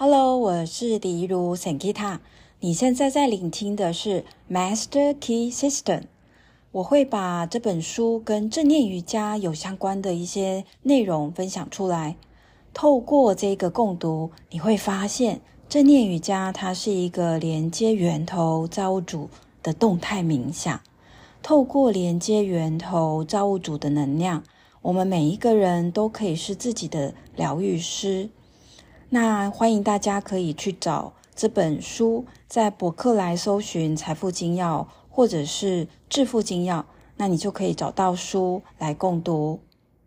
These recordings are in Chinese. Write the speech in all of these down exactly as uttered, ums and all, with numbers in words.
Hello， 我是李如 Sankita， 你现在在聆听的是 Master Key System。我会把这本书跟正念瑜伽有相关的一些内容分享出来。透过这个共读，你会发现正念瑜伽它是一个连接源头造物主的动态冥想。透过连接源头造物主的能量，我们每一个人都可以是自己的疗愈师。那欢迎大家可以去找这本书，在博客来搜寻财富精要或者是致富精要，那你就可以找到书来共读。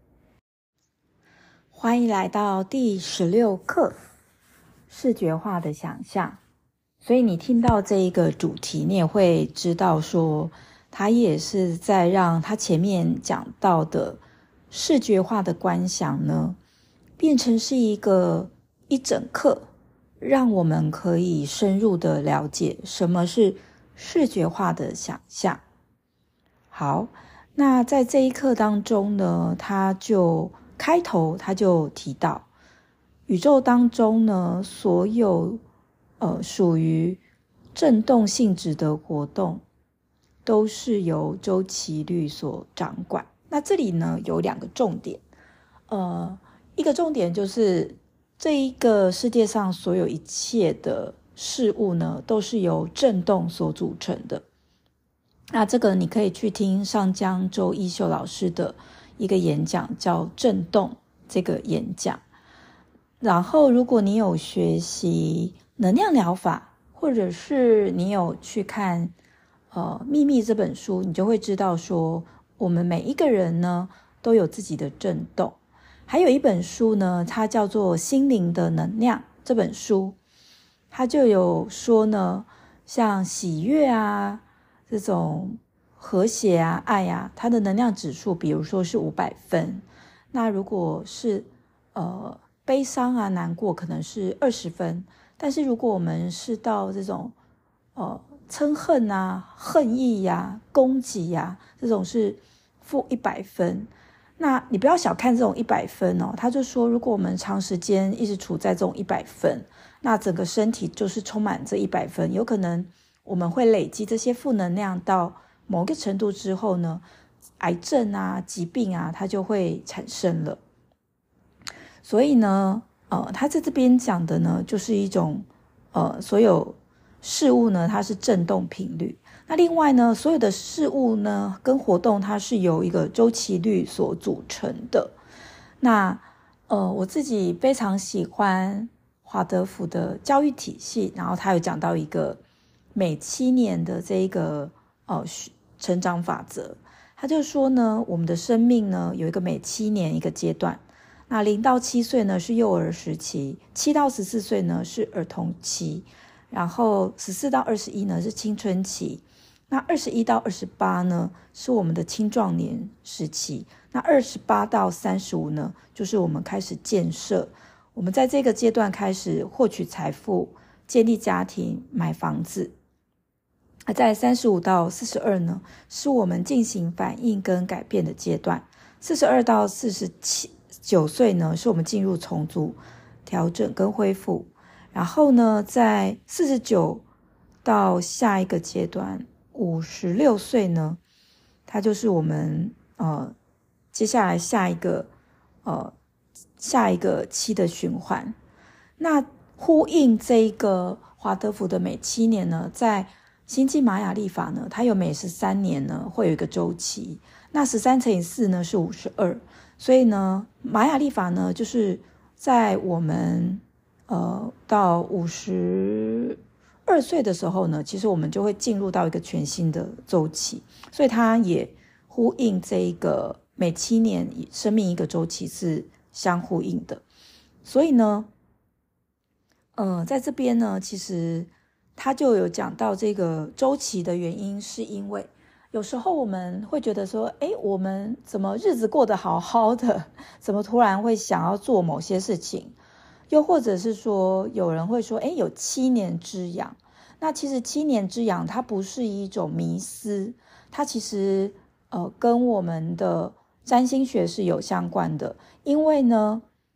欢迎来到第十六课，视觉化的想象。所以你听到这一个主题，你也会知道说，它也是在让它前面讲到的视觉化的观想呢，变成是一个一整课，让我们可以深入的了解什么是视觉化的想象。好，那在这一课当中呢，他就开头他就提到，宇宙当中呢，所有呃属于振动性质的活动，都是由周期律所掌管。那这里呢有两个重点，呃，一个重点就是这一个世界上所有一切的事物呢，都是由振动所组成的。那这个你可以去听上江周一秀老师的一个演讲，叫振动这个演讲。然后如果你有学习能量疗法，或者是你有去看呃秘密这本书，你就会知道说，我们每一个人呢都有自己的振动。还有一本书呢，它叫做心灵的能量，这本书它就有说呢，像喜悦啊，这种和谐啊，爱啊，它的能量指数比如说是五百分。那如果是呃悲伤啊，难过可能是二十分。但是如果我们是到这种呃憎恨啊，恨意啊，攻击啊，这种是负一百分。那你不要小看这种一百分哦，他就说如果我们长时间一直处在这种一百分，那整个身体就是充满这一百分，有可能我们会累积这些负能量到某个程度之后呢，癌症啊，疾病啊，它就会产生了。所以呢呃，他在这边讲的呢，就是一种呃，所有事物呢，它是振动频率。那另外呢，所有的事物呢跟活动，它是由一个周期律所组成的。那呃，我自己非常喜欢华德福的教育体系，然后他有讲到一个每七年的这一个呃成长法则。他就说呢，我们的生命呢有一个每七年一个阶段。那零到七岁呢是幼儿时期，七到十四岁呢是儿童期，然后十四到二十一呢是青春期。那二十一到二十八呢是我们的青壮年时期，那二十八到三十五呢就是我们开始建设，我们在这个阶段开始获取财富，建立家庭，买房子。在三十五到四十二呢是我们进行反应跟改变的阶段，四十二到四十九岁呢是我们进入重组、调整跟恢复。然后呢在四十九到下一个阶段五十六岁呢，它就是我们呃接下来下一个呃下一个期的循环。那呼应这一个华德福的每七年呢，在星际玛雅历法呢，它有每十三年呢会有一个周期。那十三乘以四呢是五十二，所以呢玛雅历法呢就是在我们呃到五十二岁的时候呢，其实我们就会进入到一个全新的周期，所以它也呼应这一个每七年生命一个周期是相呼应的。所以呢呃，在这边呢其实他就有讲到这个周期的原因，是因为有时候我们会觉得说，诶，我们怎么日子过得好好的，怎么突然会想要做某些事情。又或者是说有人会说，诶，有七年之痒。那其实七年之痒它不是一种迷思，它其实呃跟我们的占星学是有相关的。因为呢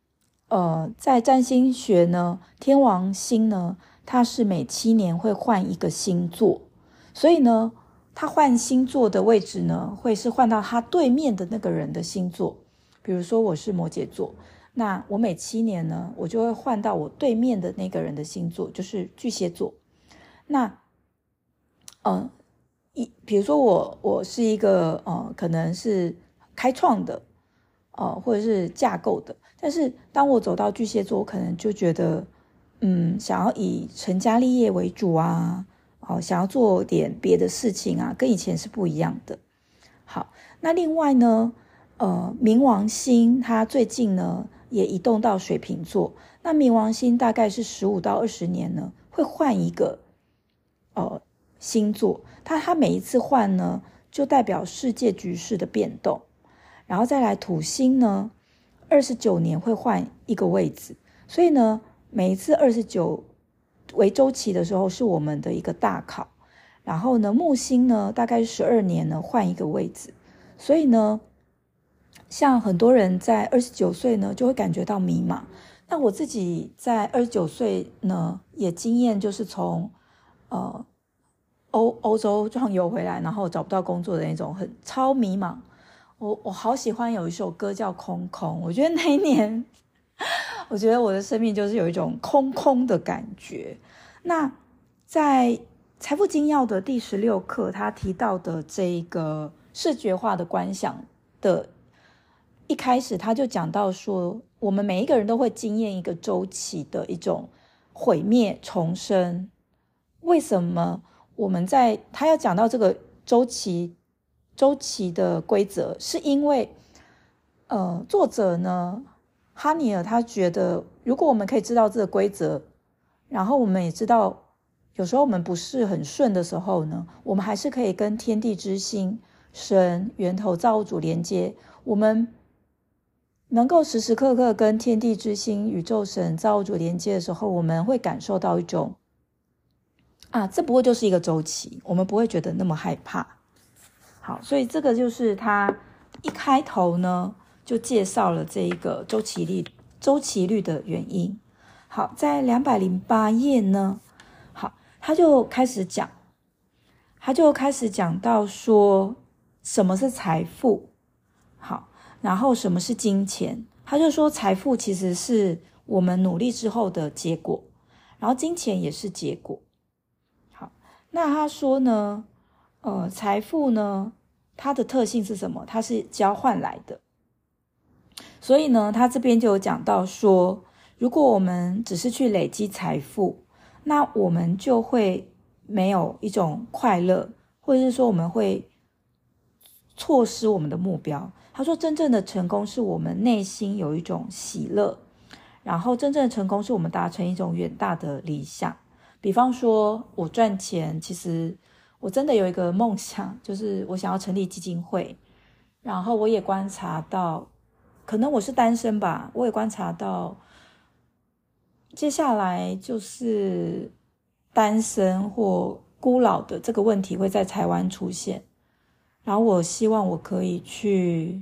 呃，在占星学呢，天王星呢，它是每七年会换一个星座，所以呢，它换星座的位置呢，会是换到它对面的那个人的星座。比如说我是摩羯座，那我每七年呢，我就会换到我对面的那个人的星座，就是巨蟹座。那，呃，一比如说我我是一个呃，可能是开创的，呃，或者是架构的，但是当我走到巨蟹座，我可能就觉得，嗯，想要以成家立业为主啊，哦，想要做点别的事情啊，跟以前是不一样的。好，那另外呢，呃，冥王星它最近呢也移动到水瓶座，那冥王星大概是十五到二十年呢会换一个呃星座，它它每一次换呢就代表世界局势的变动，然后再来土星呢二十九年会换一个位置，所以呢每一次二十九为周期的时候是我们的一个大考。然后呢，木星呢，大概十二年呢换一个位置，所以呢，像很多人在二十九岁呢就会感觉到迷茫。那我自己在二十九岁呢，也经验就是从呃欧欧洲壮游回来，然后找不到工作的那种很超迷茫。我我好喜欢有一首歌叫《空空》，我觉得那一年，我觉得我的生命就是有一种空空的感觉。那在财富精要的第十六课，他提到的这个视觉化的观想的一开始，他就讲到说，我们每一个人都会经验一个周期的一种毁灭重生。为什么我们在他要讲到这个周期周期的规则，是因为呃，作者呢，哈尼尔他觉得，如果我们可以知道这个规则，然后我们也知道。有时候我们不是很顺的时候呢，我们还是可以跟天地之心、神、源头、造物主连接。我们能够时时刻刻跟天地之心、宇宙神、造物主连接的时候，我们会感受到一种啊，这不过就是一个周期，我们不会觉得那么害怕。好，所以这个就是他一开头呢就介绍了这一个周期率周期率的原因。好，在两百零八页呢。他就开始讲，他就开始讲到说什么是财富，好，然后什么是金钱。他就说财富其实是我们努力之后的结果，然后金钱也是结果。好，那他说呢，呃，财富呢，它的特性是什么？它是交换来的。所以呢，他这边就有讲到说，如果我们只是去累积财富，那我们就会没有一种快乐，或者是说我们会错失我们的目标。他说真正的成功是我们内心有一种喜乐，然后真正的成功是我们达成一种远大的理想。比方说我赚钱，其实我真的有一个梦想，就是我想要成立基金会，然后我也观察到，可能我是单身吧，我也观察到接下来就是单身或孤老的这个问题会在台湾出现，然后我希望我可以去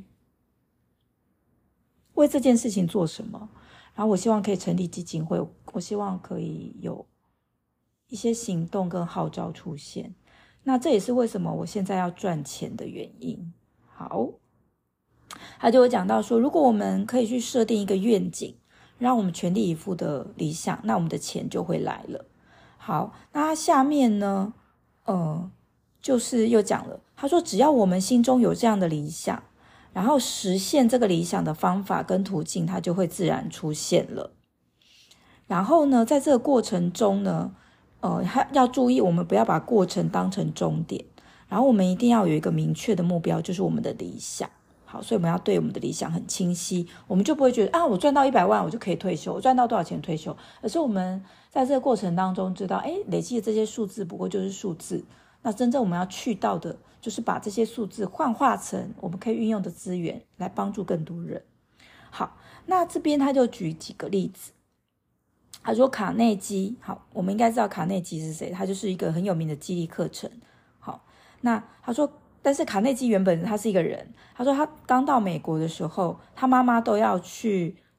为这件事情做什么，然后我希望可以成立基金会，我希望可以有一些行动跟号召出现。那这也是为什么我现在要赚钱的原因。好，他就会讲到说，如果我们可以去设定一个愿景，让我们全力以赴的理想，那我们的钱就会来了。好，那他下面呢，呃，就是又讲了，他说只要我们心中有这样的理想，然后实现这个理想的方法跟途径，它就会自然出现了。然后呢，在这个过程中呢，呃，要注意我们不要把过程当成终点，然后我们一定要有一个明确的目标，就是我们的理想。好，所以我们要对我们的理想很清晰，我们就不会觉得啊，我赚到一百万我就可以退休，我赚到多少钱退休，而是我们在这个过程当中知道，诶，累积的这些数字不过就是数字，那真正我们要去到的就是把这些数字幻化成我们可以运用的资源，来帮助更多人。好，那这边他就举几个例子，他说卡内基，好，我们应该知道卡内基是谁，他就是一个很有名的激励课程。好，那他说但是卡内基原本他是一个人，他说他刚到美国的时候，他妈妈都要去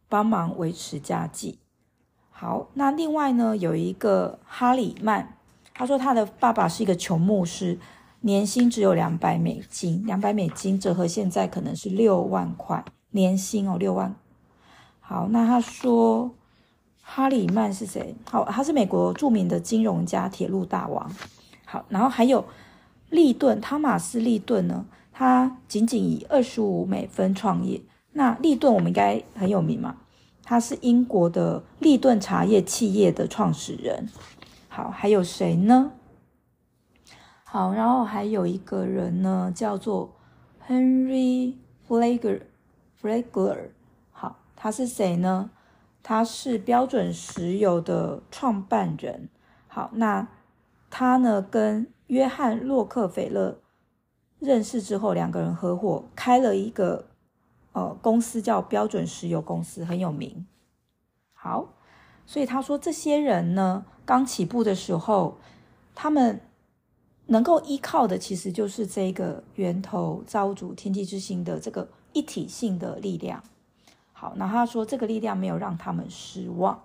帮忙维持家计。好，那另外呢，有一个哈里曼，他说他的爸爸是一个穷牧师，年薪只有两百美金，两百美金折合现在可能是六万块，年薪哦，六万。好，那他说哈里曼是谁？好，他是美国著名的金融家、铁路大王。好，然后还有利顿，汤马斯利顿呢，他仅仅以二十五美分创业。那利顿我们应该很有名嘛，他是英国的利顿茶叶企业的创始人。好，还有谁呢？好，然后还有一个人呢，叫做 Henry Flagler Flagler。好，他是谁呢？他是标准石油的创办人。好，那他呢跟约翰洛克菲勒认识之后，两个人合伙开了一个呃公司，叫标准石油公司，很有名。好，所以他说这些人呢，刚起步的时候，他们能够依靠的其实就是这个源头造物主天地之心的这个一体性的力量。好，那他说这个力量没有让他们失望。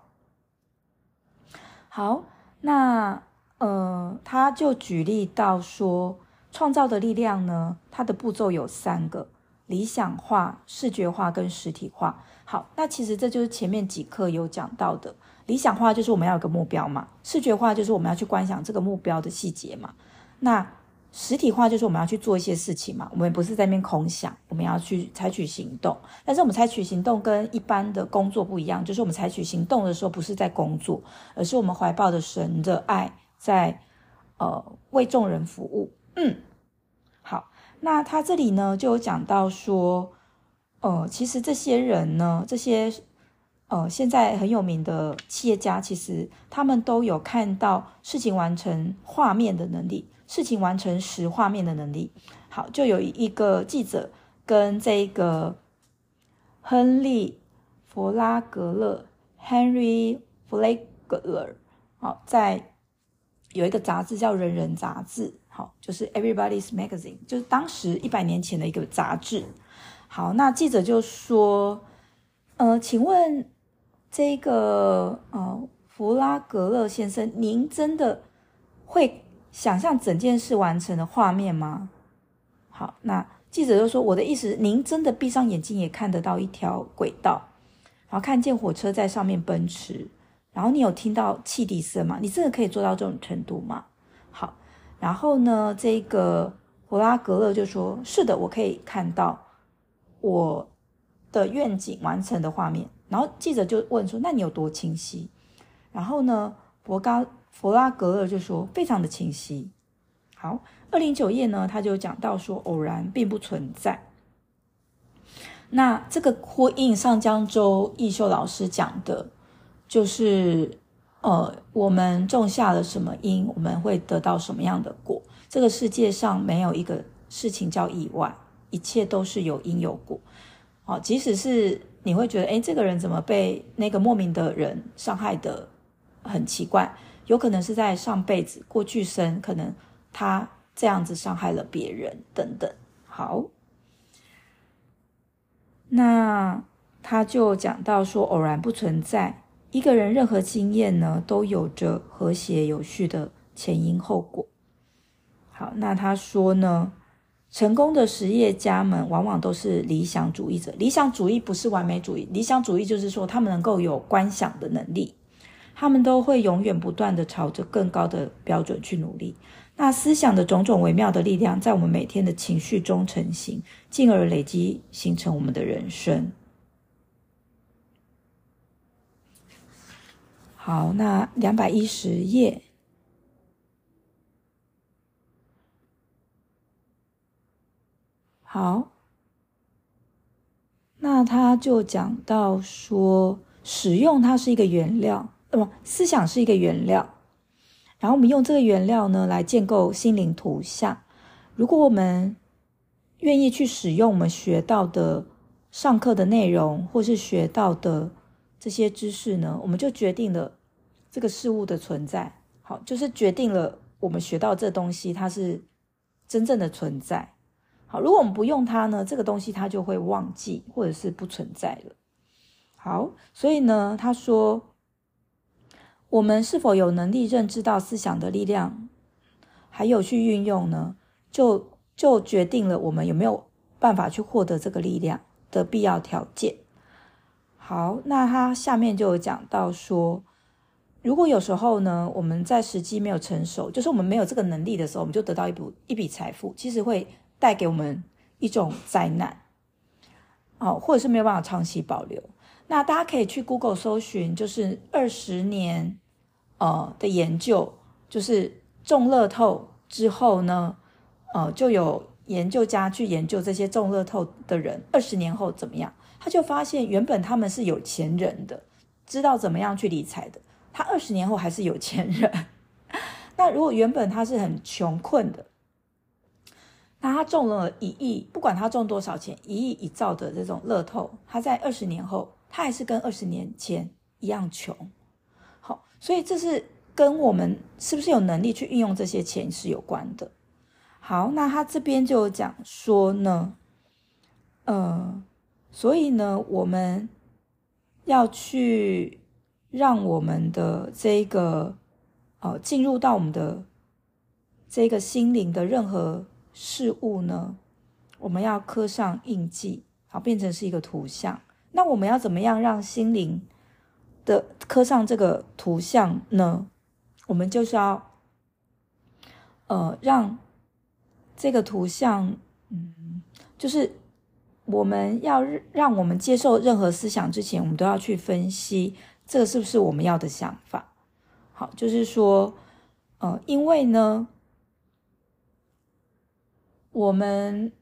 好，那呃，他就举例到说，创造的力量呢，它的步骤有三个：理想化、视觉化跟实体化。好，那其实这就是前面几课有讲到的。理想化就是我们要有个目标嘛，视觉化就是我们要去观想这个目标的细节嘛，那实体化就是我们要去做一些事情嘛，我们不是在那边空想，我们要去采取行动。但是我们采取行动跟一般的工作不一样，就是我们采取行动的时候不是在工作，而是我们怀抱着神的爱在呃为众人服务。嗯，好，那他这里呢就有讲到说呃其实这些人呢，这些呃现在很有名的企业家，其实他们都有看到事情完成画面的能力，事情完成时画面的能力。好，就有一个记者跟这个亨利·弗拉格勒 Henry Flagler 好，在有一个杂志叫人人杂志，好，就是 Everybody's Magazine， 就是当时一百年前的一个杂志。好，那记者就说呃，请问这个呃弗拉格勒先生，您真的会想象整件事完成的画面吗？好，那记者就说，我的意思，您真的闭上眼睛也看得到一条轨道，然后看见火车在上面奔驰，然后你有听到汽笛声吗？你真的可以做到这种程度吗？好，然后呢，这个弗拉格勒就说，是的，我可以看到我的愿景完成的画面。然后记者就问说，那你有多清晰？然后呢，弗拉弗拉格勒就说，非常的清晰。好，二零九页呢，他就讲到说，偶然并不存在。那这个呼应上江州义修老师讲的，就是呃，我们种下了什么因，我们会得到什么样的果。这个世界上没有一个事情叫意外，一切都是有因有果。好，即使是你会觉得，诶，这个人怎么被那个莫名的人伤害的很奇怪，有可能是在上辈子过去生，可能他这样子伤害了别人等等。好，那他就讲到说，偶然不存在，一个人任何经验呢，都有着和谐有序的前因后果。好，那他说呢，成功的实业家们往往都是理想主义者。理想主义不是完美主义，理想主义就是说他们能够有观想的能力，他们都会永远不断的朝着更高的标准去努力。那思想的种种微妙的力量在我们每天的情绪中成型，进而累积形成我们的人生。好，那两百一十页。好，那他就讲到说，使用它是一个原料，呃，思想是一个原料，然后我们用这个原料呢来建构心灵图像。如果我们愿意去使用我们学到的上课的内容，或是学到的这些知识呢，我们就决定了这个事物的存在。好，就是决定了我们学到这东西它是真正的存在。好，如果我们不用它呢，这个东西它就会忘记或者是不存在了。 好，所以呢，他说，我们是否有能力认知到思想的力量，还有去运用呢，就就决定了我们有没有办法去获得这个力量的必要条件。好，那他下面就有讲到说，如果有时候呢，我们在时机没有成熟，就是我们没有这个能力的时候，我们就得到一笔一笔财富，其实会带给我们一种灾难，哦，或者是没有办法长期保留。那大家可以去 Google 搜寻，就是二十年呃的研究，就是中乐透之后呢，呃，就有研究家去研究这些中乐透的人二十年后怎么样，他就发现原本他们是有钱人的，知道怎么样去理财的，他二十年后还是有钱人。那如果原本他是很穷困的，那他中了一亿，不管他中多少钱，一亿一兆的这种乐透，他在二十年后，他还是跟二十年前一样穷。好，所以这是跟我们是不是有能力去运用这些钱是有关的。好，那他这边就有讲说呢，呃，所以呢，我们要去让我们的这个呃进入到我们的这个心灵的任何事物呢，我们要刻上印记，好，变成是一个图像。那我们要怎么样让心灵的刻上这个图像呢？我们就是要呃让这个图像，嗯，就是我们要让我们接受任何思想之前，我们都要去分析这个是不是我们要的想法。好，就是说，呃，因为呢，我们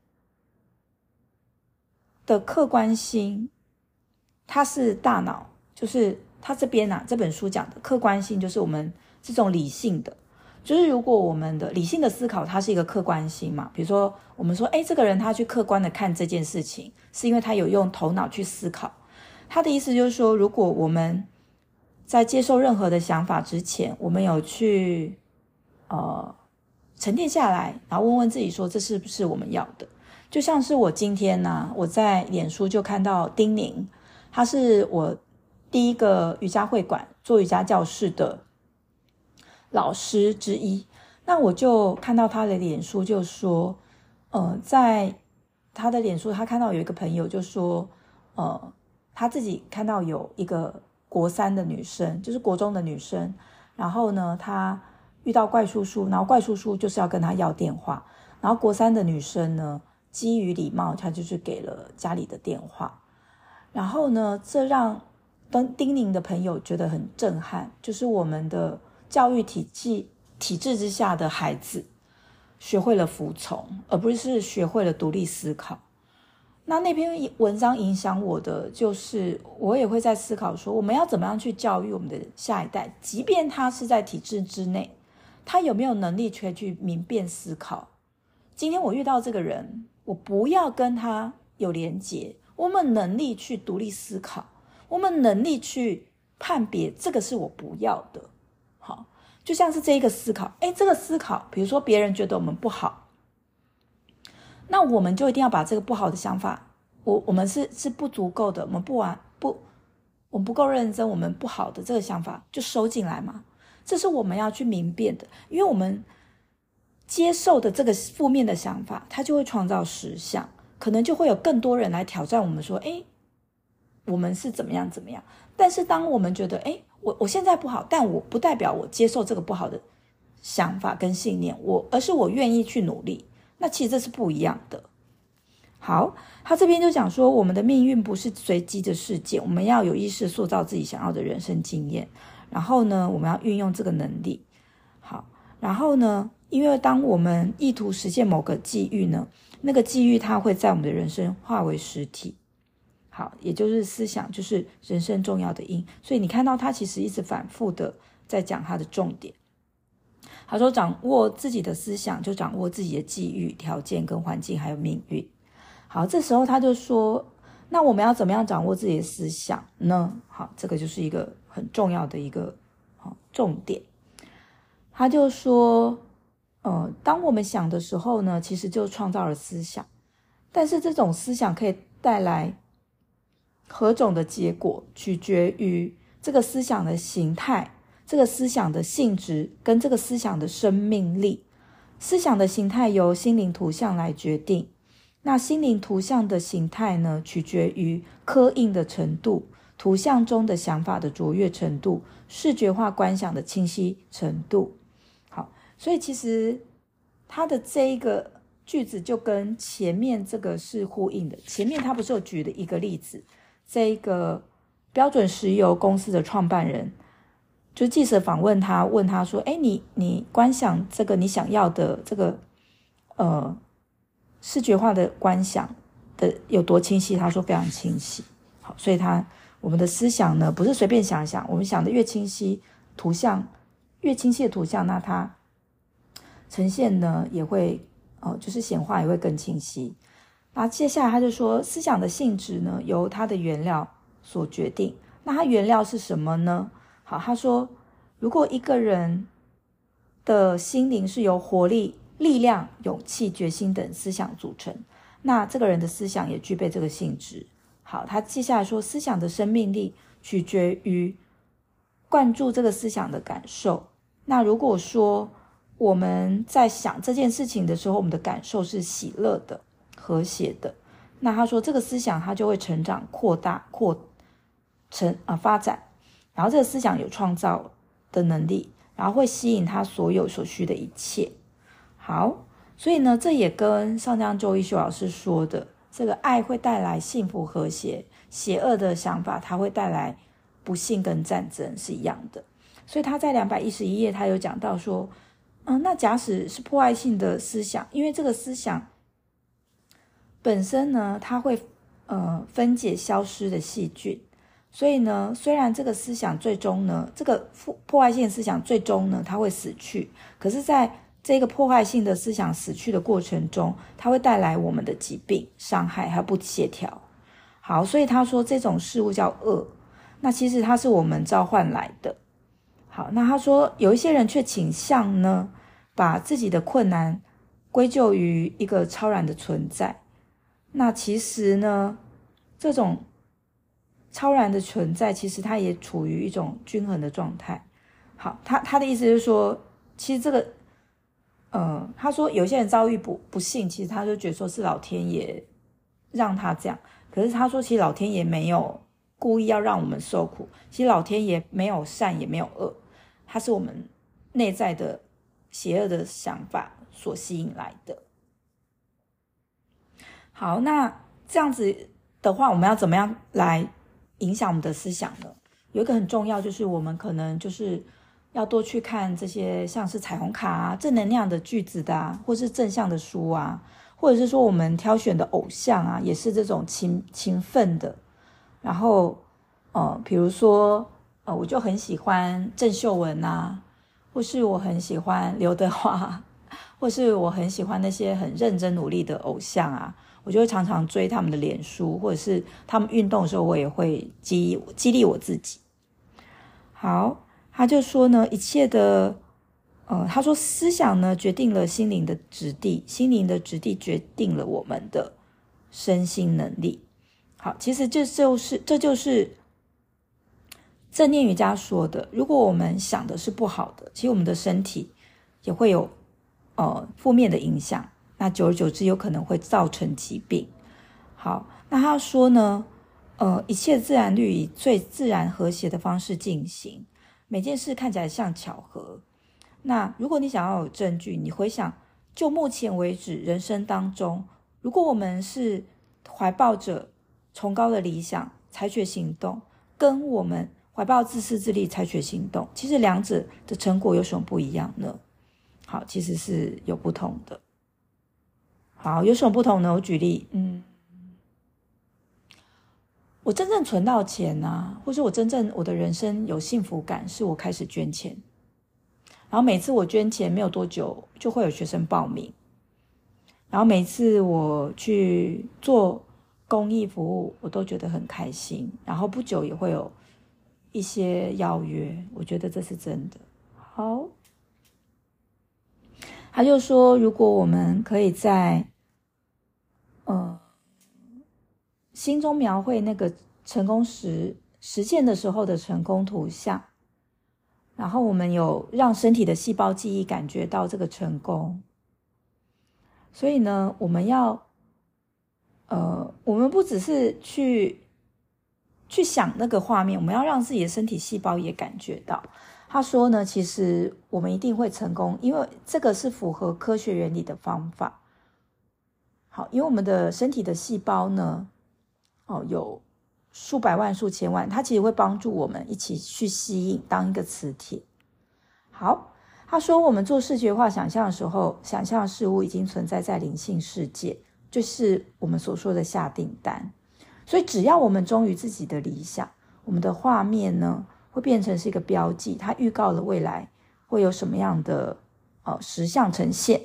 的客观心，它是大脑，就是它这边啊，这本书讲的客观性，就是我们这种理性的。就是如果我们的理性的思考，它是一个客观性嘛，比如说我们说，诶，这个人他去客观的看这件事情，是因为他有用头脑去思考。他的意思就是说，如果我们在接受任何的想法之前，我们有去呃沉淀下来，然后问问自己说，这是不是我们要的？就像是我今天呢、啊，我在脸书就看到丁宁，他是我第一个瑜伽会馆做瑜伽教室的老师之一。那我就看到他的脸书就说，呃，在他的脸书他看到有一个朋友就说，呃，他自己看到有一个国三的女生，就是国中的女生，然后呢，他遇到怪叔叔，然后怪叔叔就是要跟他要电话，然后国三的女生呢，基于礼貌，她就是给了家里的电话，然后呢，这让丁宁的朋友觉得很震撼，就是我们的教育体系体制之下的孩子学会了服从，而不是学会了独立思考。那那篇文章影响我的就是我也会在思考说，我们要怎么样去教育我们的下一代，即便他是在体制之内，他有没有能力去去明辨思考。今天我遇到这个人，我不要跟他有连结，我们能力去独立思考，我们能力去判别这个是我不要的。好，就像是这一个思考，诶，这个思考，比如说别人觉得我们不好，那我们就一定要把这个不好的想法，我我们是是不足够的，我们不完不，我们不够认真，我们不好的这个想法就收进来嘛。这是我们要去明辨的，因为我们接受的这个负面的想法，它就会创造实相，可能就会有更多人来挑战我们说，诶，我们是怎么样怎么样。但是当我们觉得，诶，我我现在不好，但我不代表我接受这个不好的想法跟信念，我而是我愿意去努力，那其实这是不一样的。好，他这边就讲说，我们的命运不是随机的事件，我们要有意识塑造自己想要的人生经验，然后呢，我们要运用这个能力。好，然后呢，因为当我们意图实现某个际遇呢，那个际遇它会在我们的人生化为实体。好，也就是思想就是人生重要的因，所以你看到他其实一直反复的在讲他的重点。他说掌握自己的思想，就掌握自己的际遇、条件跟环境还有命运。好，这时候他就说，那我们要怎么样掌握自己的思想呢？好，这个就是一个很重要的一个好重点。他就说，呃，当我们想的时候呢，其实就创造了思想，但是这种思想可以带来何种的结果取决于这个思想的形态，这个思想的性质跟这个思想的生命力。思想的形态由心灵图像来决定，那心灵图像的形态呢，取决于刻印的程度，图像中的想法的卓越程度，视觉化观想的清晰程度。好，所以其实它的这一个句子就跟前面这个是呼应的。前面他不是有举了一个例子，这一个标准石油公司的创办人，就记者访问他，问他说：“哎，你你观想这个你想要的这个呃视觉化的观想的有多清晰？”他说非常清晰。好，所以他我们的思想呢，不是随便想想，我们想的越清晰，图像越清晰的图像，那它呈现呢也会呃就是显化也会更清晰。那接下来他就说，思想的性质呢由它的原料所决定。那它原料是什么呢？好，他说，如果一个人的心灵是由活力、力量、勇气、决心等思想组成，那这个人的思想也具备这个性质。好，他接下来说，思想的生命力取决于灌注这个思想的感受。那如果说我们在想这件事情的时候，我们的感受是喜乐的、和谐的，那他说这个思想它就会成长、扩大、扩成啊发展。然后这个思想有创造的能力，然后会吸引他所有所需的一切。好，所以呢，这也跟上江周一修老师说的，这个爱会带来幸福和谐，邪恶的想法它会带来不幸跟战争是一样的。所以他在两百一十一页他有讲到说，嗯，那假使是破坏性的思想，因为这个思想本身呢，它会呃分解消失的细菌。所以呢，虽然这个思想最终呢，这个破坏性的思想最终呢，它会死去，可是在这个破坏性的思想死去的过程中，它会带来我们的疾病、伤害还有不协调。好，所以他说这种事物叫恶，那其实它是我们召唤来的。好，那他说有一些人却倾向呢，把自己的困难归咎于一个超然的存在。那其实呢，这种超然的存在，其实它也处于一种均衡的状态。好，他他的意思就是说，其实这个，呃，他说有些人遭遇不不幸，其实他就觉得说是老天爷让他这样。可是他说，其实老天爷没有故意要让我们受苦，其实老天爷没有善也没有恶，它是我们内在的邪恶的想法所吸引来的。好，那这样子的话，我们要怎么样来影响我们的思想呢？有一个很重要，就是我们可能就是要多去看这些像是彩虹卡啊、正能量的句子的啊，或是正向的书啊，或者是说我们挑选的偶像啊，也是这种勤勤奋的。然后呃，比如说呃，我就很喜欢郑秀文啊，或是我很喜欢刘德华，或是我很喜欢那些很认真努力的偶像啊。我就会常常追他们的脸书，或者是他们运动的时候，我也会激激励我自己。好，他就说呢，一切的，呃，他说思想呢决定了心灵的质地，心灵的质地决定了我们的身心能力。好，其实这就是这就是正念瑜伽说的，如果我们想的是不好的，其实我们的身体也会有呃负面的影响。那久而久之有可能会造成疾病。好，那他说呢，呃，一切自然律以最自然和谐的方式进行，每件事看起来像巧合。那如果你想要有证据，你回想就目前为止人生当中，如果我们是怀抱着崇高的理想采取行动，跟我们怀抱自私自利采取行动，其实两者的成果有什么不一样呢？好，其实是有不同的。好，有什么不同呢？我举例，嗯，我真正存到钱啊，或者我真正我的人生有幸福感，是我开始捐钱。然后每次我捐钱没有多久，就会有学生报名。然后每次我去做公益服务，我都觉得很开心。然后不久也会有一些邀约，我觉得这是真的。好。他就说，如果我们可以在呃心中描绘那个成功实实践的时候的成功图像，然后我们有让身体的细胞记忆感觉到这个成功。所以呢，我们要呃，我们不只是去去想那个画面，我们要让自己的身体细胞也感觉到。他说呢，其实我们一定会成功，因为这个是符合科学原理的方法。好，因为我们的身体的细胞呢，哦，有数百万、数千万，它其实会帮助我们一起去吸引，当一个磁铁。好，他说我们做视觉化想象的时候，想象事物已经存在在灵性世界，就是我们所说的下订单。所以只要我们忠于自己的理想，我们的画面呢会变成是一个标记，它预告了未来会有什么样的呃实相呈现。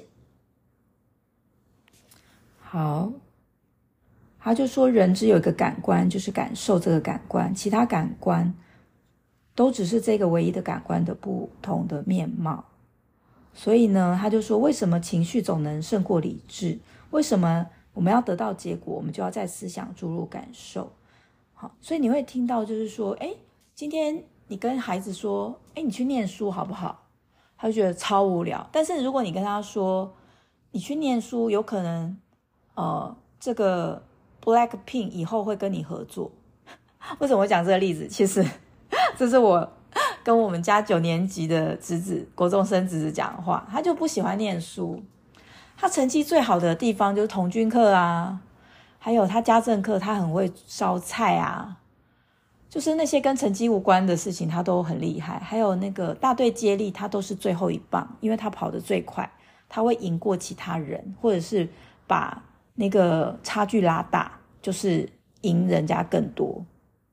好，他就说人只有一个感官，就是感受这个感官，其他感官都只是这个唯一的感官的不同的面貌。所以呢，他就说为什么情绪总能胜过理智？为什么我们要得到结果，我们就要在思想注入感受？好，所以你会听到就是说，诶，今天你跟孩子说，诶，你去念书好不好？他就觉得超无聊。但是如果你跟他说，你去念书，有可能呃，这个 Blackpink 以后会跟你合作。为什么我讲这个例子？其实这是我跟我们家九年级的侄子，国中生侄子讲的话。他就不喜欢念书，他成绩最好的地方就是童军课啊，还有他家政课，他很会烧菜啊，就是那些跟成绩无关的事情他都很厉害。还有那个大队接力，他都是最后一棒，因为他跑得最快，他会赢过其他人，或者是把那个差距拉大，就是赢人家更多。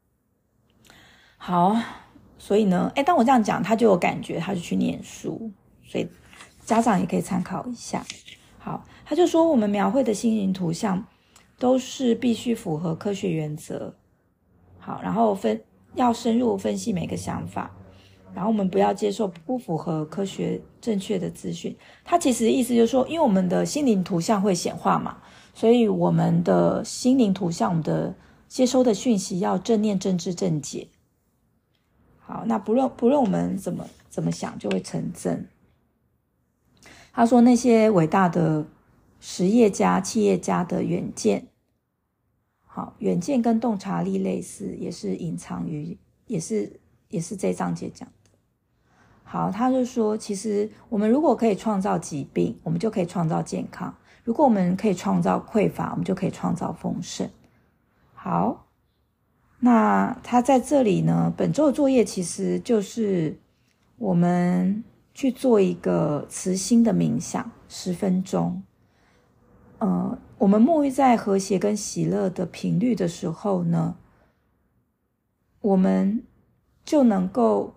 好，所以呢，诶，当我这样讲，他就有感觉，他就去念书，所以家长也可以参考一下。好，他就说我们描绘的心灵图像都是必须符合科学原则。好，然后分要深入分析每个想法，然后我们不要接受不符合科学正确的资讯。他其实意思就是说，因为我们的心灵图像会显化嘛，所以我们的心灵图像，我们的接收的讯息要正念、正知、正解。好，那不论不论我们怎么怎么想，就会成真。他说那些伟大的实业家、企业家的远见，好，远见跟洞察力类似，也是隐藏于，也是也是这一章节讲的。好，他就说，其实我们如果可以创造疾病，我们就可以创造健康；如果我们可以创造匮乏，我们就可以创造丰盛。好。那他在这里呢，本周的作业其实就是我们去做一个慈心的冥想，十分钟。呃，我们沐浴在和谐跟喜乐的频率的时候呢，我们就能够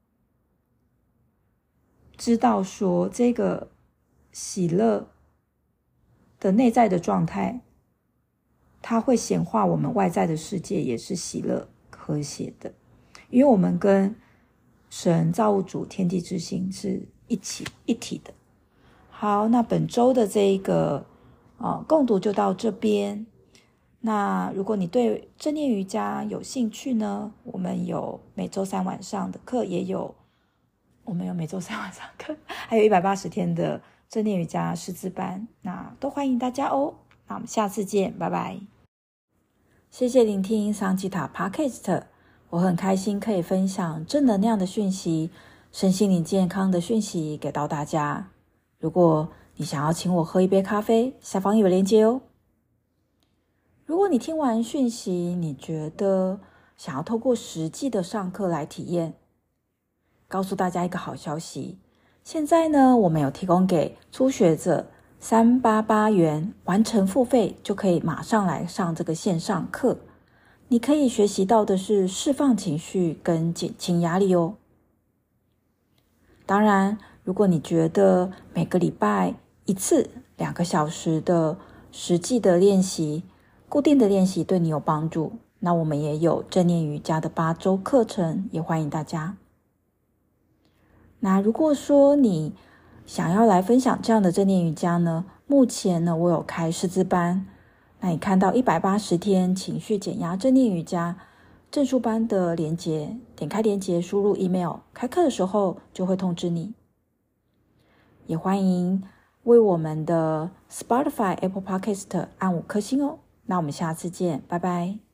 知道说，这个喜乐的内在的状态，它会显化我们外在的世界，也是喜乐和谐的，因为我们跟神造物主天地之心是一起一体的。好，那本周的这一个呃共读就到这边。那如果你对正念瑜伽有兴趣呢，我们有每周三晚上的课，也有我们有每周三晚上课，还有一百八十天的正念瑜伽师资班，那都欢迎大家哦。那我们下次见，拜拜。谢谢聆听桑吉塔 Podcast， 我很开心可以分享正能量的讯息，身心灵健康的讯息给到大家。如果你想要请我喝一杯咖啡，下方有链接哦。如果你听完讯息，你觉得想要透过实际的上课来体验，告诉大家一个好消息，现在呢，我们有提供给初学者三百八十八元完成付费，就可以马上来上这个线上课。你可以学习到的是释放情绪跟减轻压力哦。当然，如果你觉得每个礼拜一次两个小时的实际的练习，固定的练习对你有帮助，那我们也有正念瑜伽的八周课程，也欢迎大家。那如果说你想要来分享这样的正念瑜伽呢，目前呢我有开师资班，那你看到一百八十天情绪减压正念瑜伽证书班的连结，点开连结，输入 email， 开课的时候就会通知你。也欢迎为我们的 Spotify、Apple Podcast 按五颗星哦。那我们下次见，拜拜。